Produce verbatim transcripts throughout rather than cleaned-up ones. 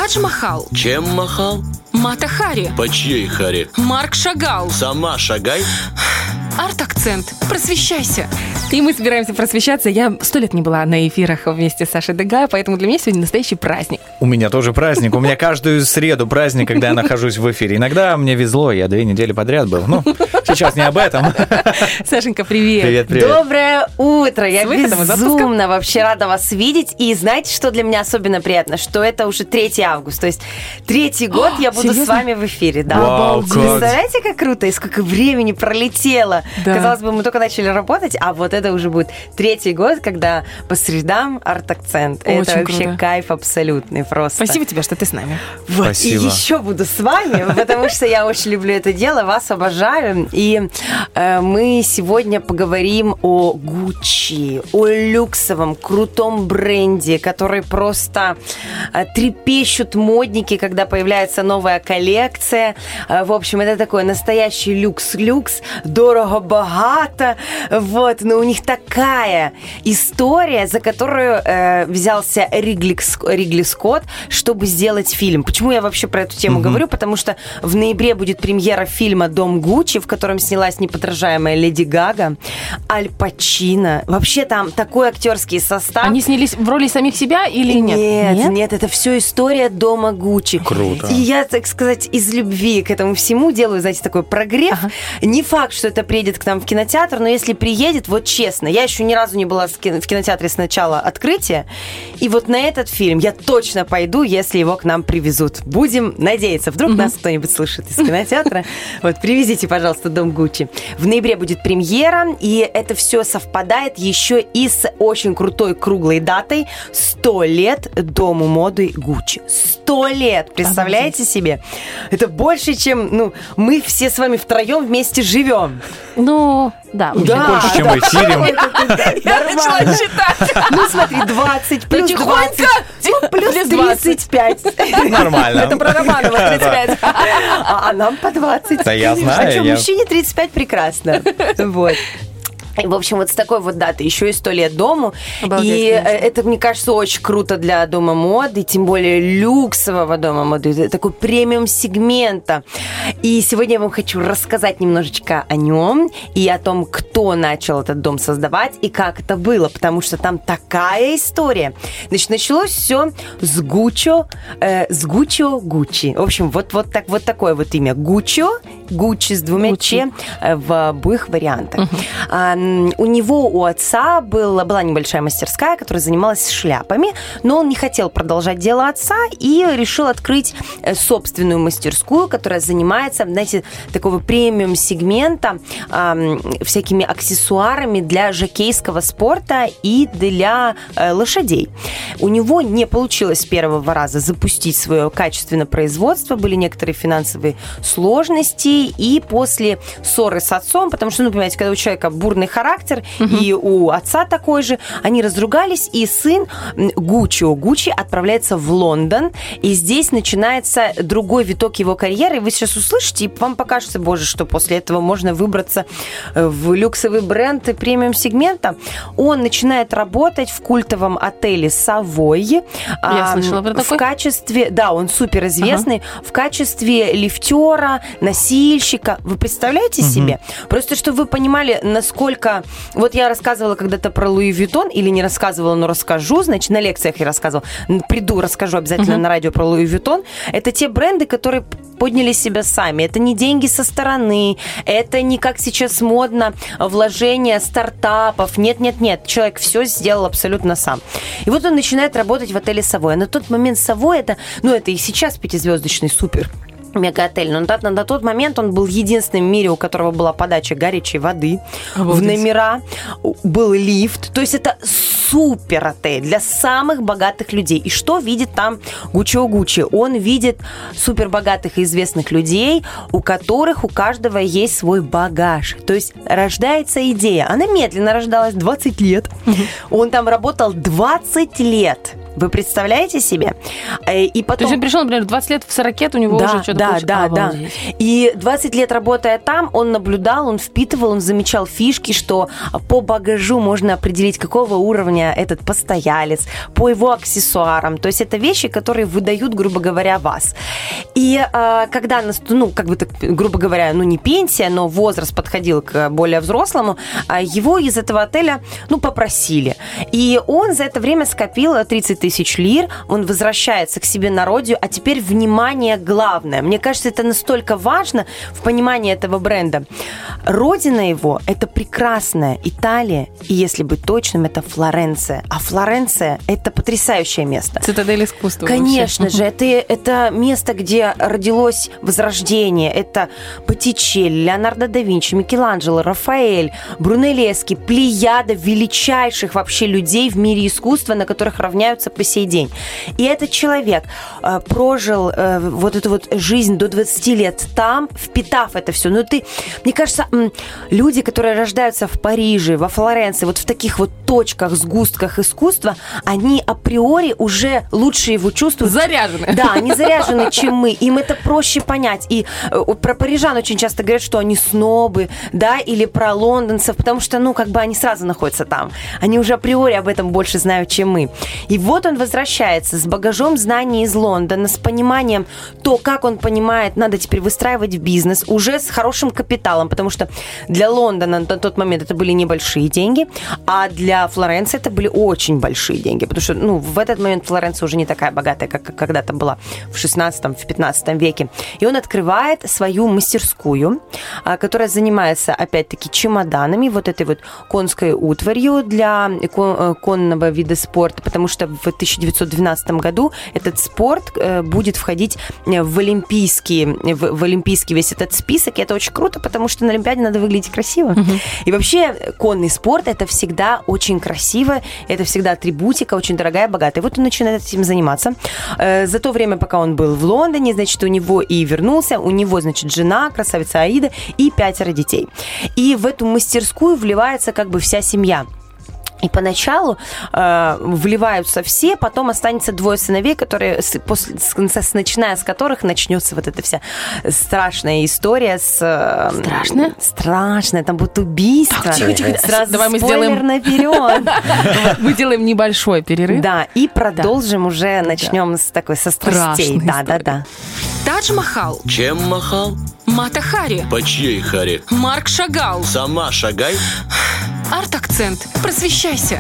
Тадж-Махал. Чем махал? Мата Хари. По чьей Хари? Марк шагал. Сама шагай. Арт-акцент. Просвещайся. И мы собираемся просвещаться. Я сто лет не была на эфирах вместе с Сашей Дега, поэтому для меня сегодня настоящий праздник. У меня тоже праздник. У меня каждую среду праздник, когда я нахожусь в эфире. Иногда мне везло, я две недели подряд был. Ну, сейчас не об этом. Сашенька, привет. Привет, привет. Доброе утро. Я выходом из безумно вообще рада вас видеть. И знаете, что для меня особенно приятно? Что это уже третий август. То есть третий год я буду серьезно? с вами в эфире. Да. Вау, как. Представляете, как круто и сколько времени пролетело. Да. Казалось бы, мы только начали работать, а вот это уже будет третий год, когда по средам арт-акцент. Очень это вообще круто. Кайф абсолютный просто. Спасибо тебе, что ты с нами. Вот, Спасибо. и еще буду с вами, потому что я очень люблю это дело, вас обожаю. И э, мы сегодня поговорим о Гуччи, о люксовом, крутом бренде, который просто э, трепещут модники, когда появляется новая коллекция. Э, в общем, это такой настоящий люкс-люкс, дорого-богато. Вот, но у них такая история, за которую э, взялся Ригли, Ригли Скотт, чтобы сделать фильм. Почему я вообще про эту тему mm-hmm. говорю? Потому что в ноябре будет премьера фильма «Дом Гуччи», в котором снялась неподражаемая Леди Гага, Аль Пачино. Вообще там такой актерский состав. Они снялись в роли самих себя или нет? Нет, Нет, нет, это все история дома Гуччи. Круто. И я, так сказать, из любви к этому всему делаю, знаете, такой прогрев. Ага. Не факт, что это приедет к нам в кинотеатр, но если приедет, вот честно, я еще ни разу не была в кинотеатре с начала открытия, и вот на этот фильм я точно пойду, если его к нам привезут. Будем надеяться. Вдруг угу. нас кто-нибудь слышит из кинотеатра. Вот, привезите, пожалуйста, «Дом Гуччи». В ноябре будет премьера, и это все совпадает еще и с очень крутой круглой датой сто лет Дому моды Гуччи. сто лет! Представляете себе? Это больше, чем ну, мы все с вами втроем вместе живем. Ну, да. Уже. Да, Больше, чем да. эфирем. Я начала считать. Ну, смотри, двадцать плюс Тихонько. двадцать, ну, плюс тридцать пять. Нормально. Это про Романова тридцать пять. А нам по двадцать. Да я знаю, А что, я- мужчине тридцать пять прекрасно. Вот. И, в общем, вот с такой вот датой еще и сто лет дому. Обалдеть, и конечно. это, мне кажется, очень круто для дома моды, тем более люксового дома моды. Это такой премиум сегмента. И сегодня я вам хочу рассказать немножечко о нем и о том, кто начал этот дом создавать и как это было, потому что там такая история. Значит, началось все с Гуччо, э, с Гуччо Гуччи. В общем, вот, вот, так, вот такое вот имя. Гуччо, Гуччи с двумя Гуччи. Ч э, в обоих вариантах. Мгм. А, у него, у отца была, была небольшая мастерская, которая занималась шляпами, но он не хотел продолжать дело отца и решил открыть э, собственную мастерскую, которая занимается, знаете, такого премиум-сегмента э, всякими аксессуарами для жокейского спорта и для э, лошадей. У него не получилось с первого раза запустить свое качественное производство, были некоторые финансовые сложности, и после ссоры с отцом, потому что, ну, понимаете, когда у человека бурный характер, uh-huh. и у отца такой же, они разругались, и сын Гуччо Гуччи отправляется в Лондон, и здесь начинается другой виток его карьеры, и вы сейчас услышите, и вам покажется, боже, что после этого можно выбраться в люксовый бренд и премиум-сегмента. Он начинает работать в культовом отеле «Савой». Я а, слышала про такой. В качестве, да, он суперизвестный, ага. в качестве лифтера, носильщика. Вы представляете uh-huh. себе? Просто, чтобы вы понимали, насколько... Вот я рассказывала когда-то про Луи Виттон, или не рассказывала, но расскажу, значит, на лекциях я рассказывала. Приду, расскажу обязательно uh-huh. на радио про Луи Виттон. Это те бренды, которые подняли себя сами. Это не деньги со стороны, это не, как сейчас модно, вложение стартапов. Нет-нет-нет, человек все сделал абсолютно сам. И вот он начинает работать в отеле «Савой». А на тот момент «Савой» это, ну, это и сейчас пятизвездочный супер мегаотель. Но на, на тот момент он был единственным в мире, у которого была подача горячей воды. Обалдеть. В номера, был лифт. То есть это супер отель для самых богатых людей. И что видит там Гуччо Гуччи? Он видит супер богатых и известных людей, у которых у каждого есть свой багаж. То есть рождается идея. Она медленно рождалась, двадцать лет. Угу. Он там работал двадцать лет. Вы представляете себе? И потом... То есть он пришел, например, в двадцать лет в сорок, у него да, уже что-то да, получилось. да, да. Обалдеть. И двадцать лет работая там, он наблюдал, он впитывал, он замечал фишки, что по багажу можно определить, какого уровня этот постоялец, по его аксессуарам. То есть это вещи, которые выдают, грубо говоря, вас. И э, когда, ну, как бы так, грубо говоря, ну, не пенсия, но возраст подходил к более взрослому, его из этого отеля, ну, попросили. И он за это время скопил тридцать тысяч лир, он возвращается к себе на родину, а теперь, внимание, главное. Мне кажется, это настолько важно в понимании этого бренда. Родина его – это прекрасная Италия, и, если быть точным, это Флоренция. А Флоренция – это потрясающее место. Цитадель искусства. Конечно вообще. же, это, это место, где родилось Возрождение. Это Боттичелли, Леонардо да Винчи, Микеланджело, Рафаэль, Брунеллески, плеяда величайших вообще людей в мире искусства, на которых равняются по сей день. И этот человек э, прожил э, вот эту вот жизнь до двадцати лет там, впитав это все. Ну, ты, мне кажется, м, люди, которые рождаются в Париже, во Флоренции, вот в таких вот точках, сгустках искусства, они априори уже лучше его чувствуют. Заряжены. Да, они заряжены, чем мы. Им это проще понять. И э, про парижан очень часто говорят, что они снобы, да, или про лондонцев, потому что, ну, как бы они сразу находятся там. Они уже априори об этом больше знают, чем мы. И вот он возвращается с багажом знаний из Лондона, с пониманием то, как он понимает, надо теперь выстраивать бизнес, уже с хорошим капиталом, потому что для Лондона на тот момент это были небольшие деньги, а для Флоренции это были очень большие деньги, потому что, ну, в этот момент Флоренция уже не такая богатая, как когда-то была в шестнадцатом, в пятнадцатом веке. И он открывает свою мастерскую, которая занимается, опять-таки, чемоданами, вот этой вот конской утварью для конного вида спорта, потому что в тысяча девятьсот двенадцатом году этот спорт будет входить в олимпийский, в, в олимпийский весь этот список, и это очень круто, потому что на Олимпиаде надо выглядеть красиво. Uh-huh. И вообще конный спорт – это всегда очень красиво, это всегда атрибутика, очень дорогая, богатая. И вот он начинает этим заниматься. За то время, пока он был в Лондоне, значит, у него и вернулся, у него, значит, жена, красавица Аида, и пятеро детей. И в эту мастерскую вливается как бы вся семья. И поначалу э, вливаются все, потом останется двое сыновей, которые, с, после, с, начиная с которых начнется вот эта вся страшная история. С, э, страшная? Страшная, там будут убийства. Так, тихо, тихо. Сразу Давай мы спойлер сделаем... наперед. Мы делаем небольшой перерыв. Да, и продолжим уже, начнем с такой, со страстей. Да, да, да. Тадж-Махал. Чем махал? Мата Хари. По чьей Хари? Марк Шагал. Сама шагай. Арт-акцент. Просвещайся.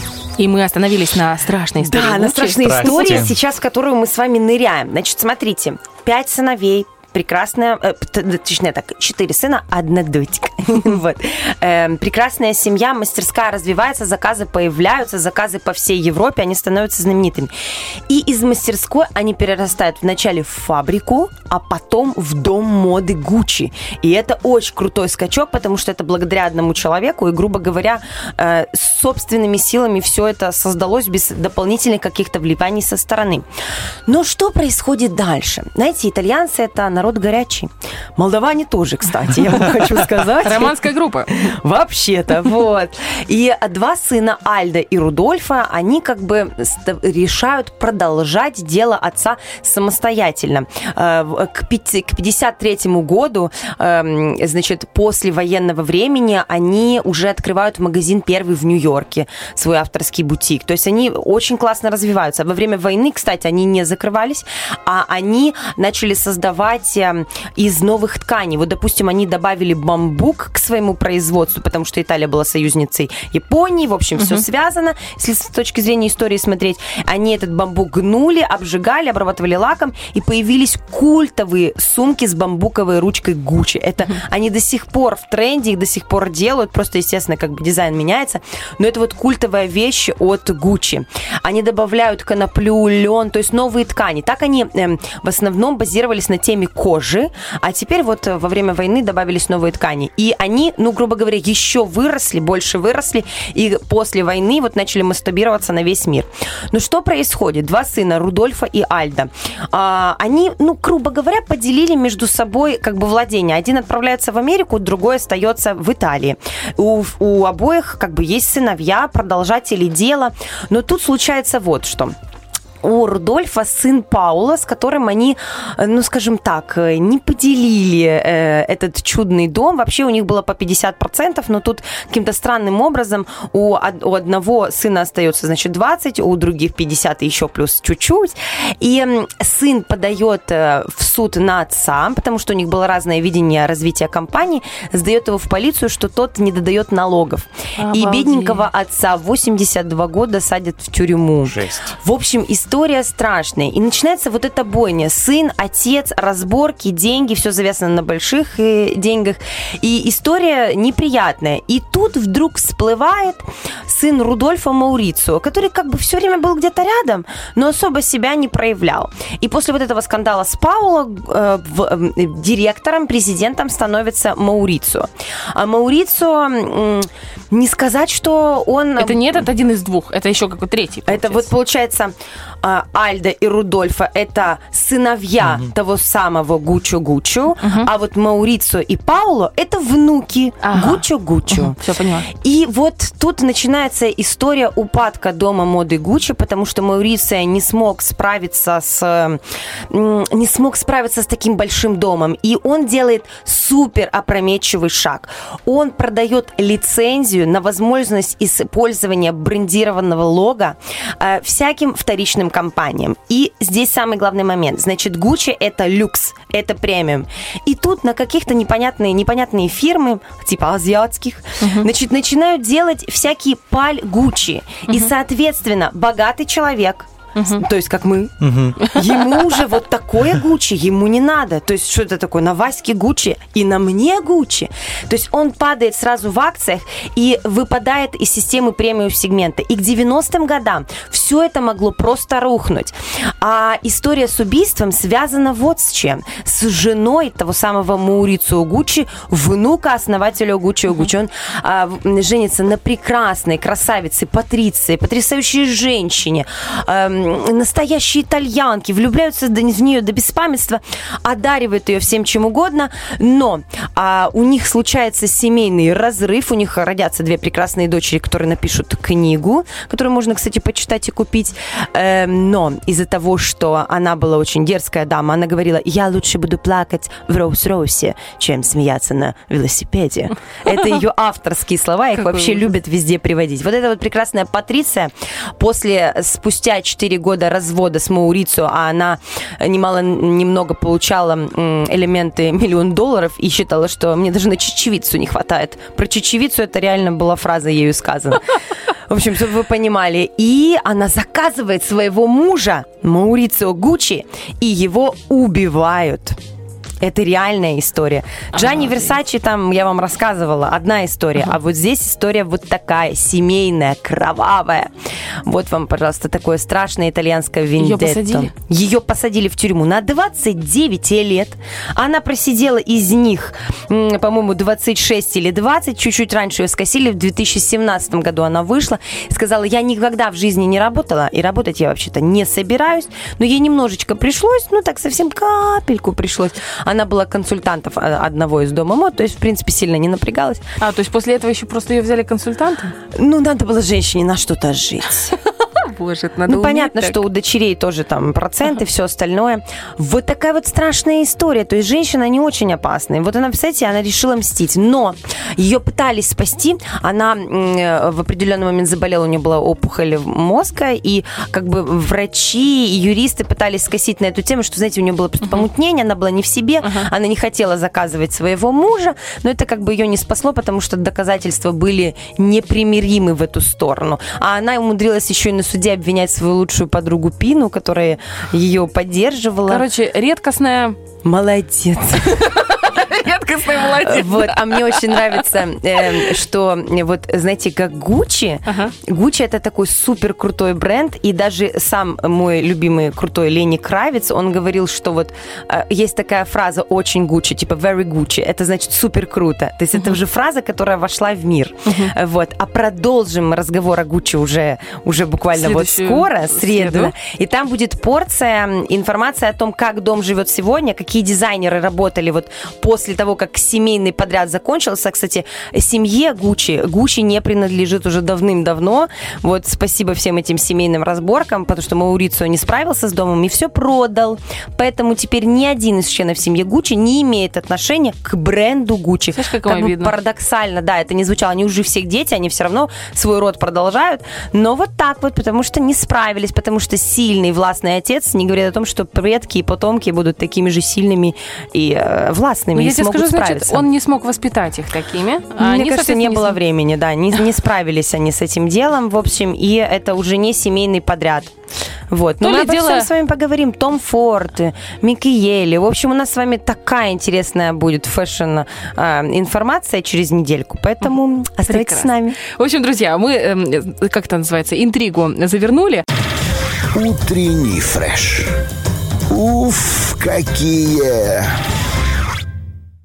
И мы остановились на страшной истории. Да, Гуччи. на страшной Здрасте. истории, сейчас в которую мы с вами ныряем. Значит, смотрите, пять сыновей, прекрасная, э, точнее так, четыре сына, одна дочка. Вот. Э, прекрасная семья, мастерская развивается, заказы появляются, заказы по всей Европе, они становятся знаменитыми. И из мастерской они перерастают вначале в фабрику, а потом в дом моды Гуччи. И это очень крутой скачок, потому что это благодаря одному человеку, и, грубо говоря, э, собственными силами все это создалось без дополнительных каких-то вливаний со стороны. Но что происходит дальше? Знаете, итальянцы – это народ горячий. Молдаване тоже, кстати, я вам хочу сказать. Романская группа. Вообще-то, вот. И два сына, Альдо и Рудольфа, они как бы решают продолжать дело отца самостоятельно. К пятьдесят третьему году, значит, после военного времени, они уже открывают магазин первый в Нью-Йорке, свой авторский бутик. То есть они очень классно развиваются. Во время войны, кстати, они не закрывались, а они начали создавать из новых тканей. Вот, допустим, они добавили бамбук к своему производству, потому что Италия была союзницей Японии. В общем, все uh-huh. связано, если с точки зрения истории смотреть. Они этот бамбук гнули, обжигали, обрабатывали лаком, и появились культовые сумки с бамбуковой ручкой Гуччи. Это uh-huh. они до сих пор в тренде, их до сих пор делают. Просто, естественно, как бы дизайн меняется. Но это вот культовая вещь от Гуччи. Они добавляют коноплю, лен, то есть новые ткани. Так они э, в основном базировались на теме кожи, а теперь вот во время войны добавились новые ткани. И они, ну, грубо говоря, еще выросли, больше выросли, и после войны вот начали масштабироваться на весь мир. Но что происходит? Два сына, Рудольфа и Альдо, а, они, ну, грубо говоря, поделили между собой как бы владение. Один отправляется в Америку, другой остается в Италии. У, у обоих как бы есть сыновья, продолжатели дела. Но тут случается вот что. у Рудольфа сын Паула, с которым они, ну, скажем так, не поделили э, этот чудный дом. Вообще у них было по пятьдесят процентов, но тут каким-то странным образом у, у одного сына остается, значит, двадцать, у других пятьдесят и еще плюс чуть-чуть. И сын подает в суд на отца, потому что у них было разное видение развития компании, сдает его в полицию, что тот не додает налогов. Обалдеть. И бедненького отца в восемьдесят два года садят в тюрьму. Жесть. В общем, история страшная. И начинается вот эта бойня. Сын, отец, разборки, деньги, все завязано на больших э, деньгах. И история неприятная. И тут вдруг всплывает сын Рудольфа Маурицио, который как бы все время был где-то рядом, но особо себя не проявлял. И после вот этого скандала с Пауло э, в, э, директором, президентом становится Маурицио. А Маурицио, э, не сказать, что он... Это не этот один из двух, это еще какой-то третий. Это вот получается Альдо и Рудольфо – это сыновья угу. того самого Гуччо-Гуччо, угу. а вот Маурицио и Пауло – это внуки ага. Гуччо-Гуччо. Угу. Все, поняла. И вот тут начинается история упадка дома моды Гуччи, потому что Маурицио не смог справиться с не смог справиться с таким большим домом, и он делает супер опрометчивый шаг. Он продает лицензию на возможность использования брендированного лого э, всяким вторичным компаниям. И здесь самый главный момент. Значит, Гуччи – это люкс, это премиум. И тут на каких-то непонятные, непонятные фирмы, типа азиатских, uh-huh. значит, начинают делать всякие паль Гуччи. Uh-huh. И, соответственно, богатый человек, Uh-huh. то есть как мы, uh-huh. ему уже вот такое Гуччи, ему не надо. То есть что это такое? На Ваське Гуччи и на мне Гуччи. То есть он падает сразу в акциях и выпадает из системы премиум-сегмента. И к девяностым годам все это могло просто рухнуть. А история с убийством связана вот с чем. С женой того самого Маурицио Гуччи, внука основателя Гуччо uh-huh. Гуччи. Он а, женится на прекрасной красавице Патриции, потрясающей женщине, а, настоящие итальянки, влюбляются в нее до беспамятства, одаривают ее всем чем угодно, но а, у них случается семейный разрыв, у них родятся две прекрасные дочери, которые напишут книгу, которую можно, кстати, почитать и купить, э, но из-за того, что она была очень дерзкая дама, она говорила: я лучше буду плакать в Роуз-Роусе, чем смеяться на велосипеде. Это ее авторские слова, их вообще любят везде приводить. Вот эта вот прекрасная Патриция после, спустя четыре года развода с Маурицио, а она немало, немного получала элементы миллион долларов и считала, что мне даже на чечевицу не хватает. Про чечевицу это реально была фраза ею сказана. В общем, чтобы вы понимали. И она заказывает своего мужа, Маурицио Гуччи, и его убивают. Это реальная история. Джанни Версачи, там, я вам рассказывала, одна история, uh-huh. а вот здесь история вот такая, семейная, кровавая. Вот вам, пожалуйста, такое страшное итальянское вендетто. Ее посадили? Ее посадили в тюрьму на двадцать девять лет. Она просидела из них, по-моему, двадцать шесть или двадцать. Чуть-чуть раньше ее скосили. В две тысячи семнадцатом году она вышла и сказала: я никогда в жизни не работала, и работать я вообще-то не собираюсь. Но ей немножечко пришлось, ну так совсем капельку пришлось. Она была консультантом одного из дома мод, то есть, в принципе, сильно не напрягалась. А, то есть после этого еще просто ее взяли консультантом? Ну, надо было женщине на что-то жить. Боже, это надо Ну, понятно, так. что у дочерей тоже там проценты, все остальное. Вот такая вот страшная история. То есть женщина не очень опасная. Вот она, представляете, она решила мстить. Но ее пытались спасти. Она в определенный момент заболела, у нее была опухоль мозга, и как бы врачи и юристы пытались скосить на эту тему, что, знаете, у нее было просто помутнение, она была не в себе, uh-huh. она не хотела заказывать своего мужа, но это как бы ее не спасло, потому что доказательства были непримиримы в эту сторону. А она умудрилась еще и на суде обвинять свою лучшую подругу Пину, которая ее поддерживала. Короче, редкостная... Молодец. Редкостный молодец. Вот, а мне очень нравится, э, что вот, знаете, как Гуччи. Ага. Гуччи это такой супер крутой бренд, и даже сам мой любимый крутой Лени Кравиц, он говорил, что вот э, есть такая фраза очень Гуччи, типа very Gucci, это значит супер круто. То есть uh-huh. это уже фраза, которая вошла в мир. Uh-huh. Вот, а продолжим разговор о Гуччи уже, уже буквально Следующую вот скоро, среду. среду. И там будет порция информации о том, как дом живет сегодня, какие дизайнеры работали вот под после того, как семейный подряд закончился. Кстати, семье Гуччи, Гуччи не принадлежит уже давным-давно. Вот спасибо всем этим семейным разборкам, потому что Маурицио не справился с домом и все продал. Поэтому теперь ни один из членов семьи Гуччи не имеет отношения к бренду Гуччи. Знаешь, как, как бы обидно. Парадоксально, да, это не звучало. Они уже всех дети, они все равно свой род продолжают. Но вот так вот, потому что не справились, потому что сильный властный отец не говорит о том, что предки и потомки будут такими же сильными и э, властными, Ну, и я тебе смогут скажу, справиться. значит, он не смог воспитать их такими. а Мне они, кажется, не соответственно, было см- времени, да, не, не справились они с этим делом, в общем, и это уже не семейный подряд. Вот. Но То мы ли обо дело- всем с вами поговорим. Том Форд, Микаэли. В общем, у нас с вами такая интересная будет фэшн-информация через недельку, поэтому оставайтесь Прекрасно. с нами. В общем, друзья, мы, эм, как это называется, интригу завернули. Утренний фреш. Уф, какие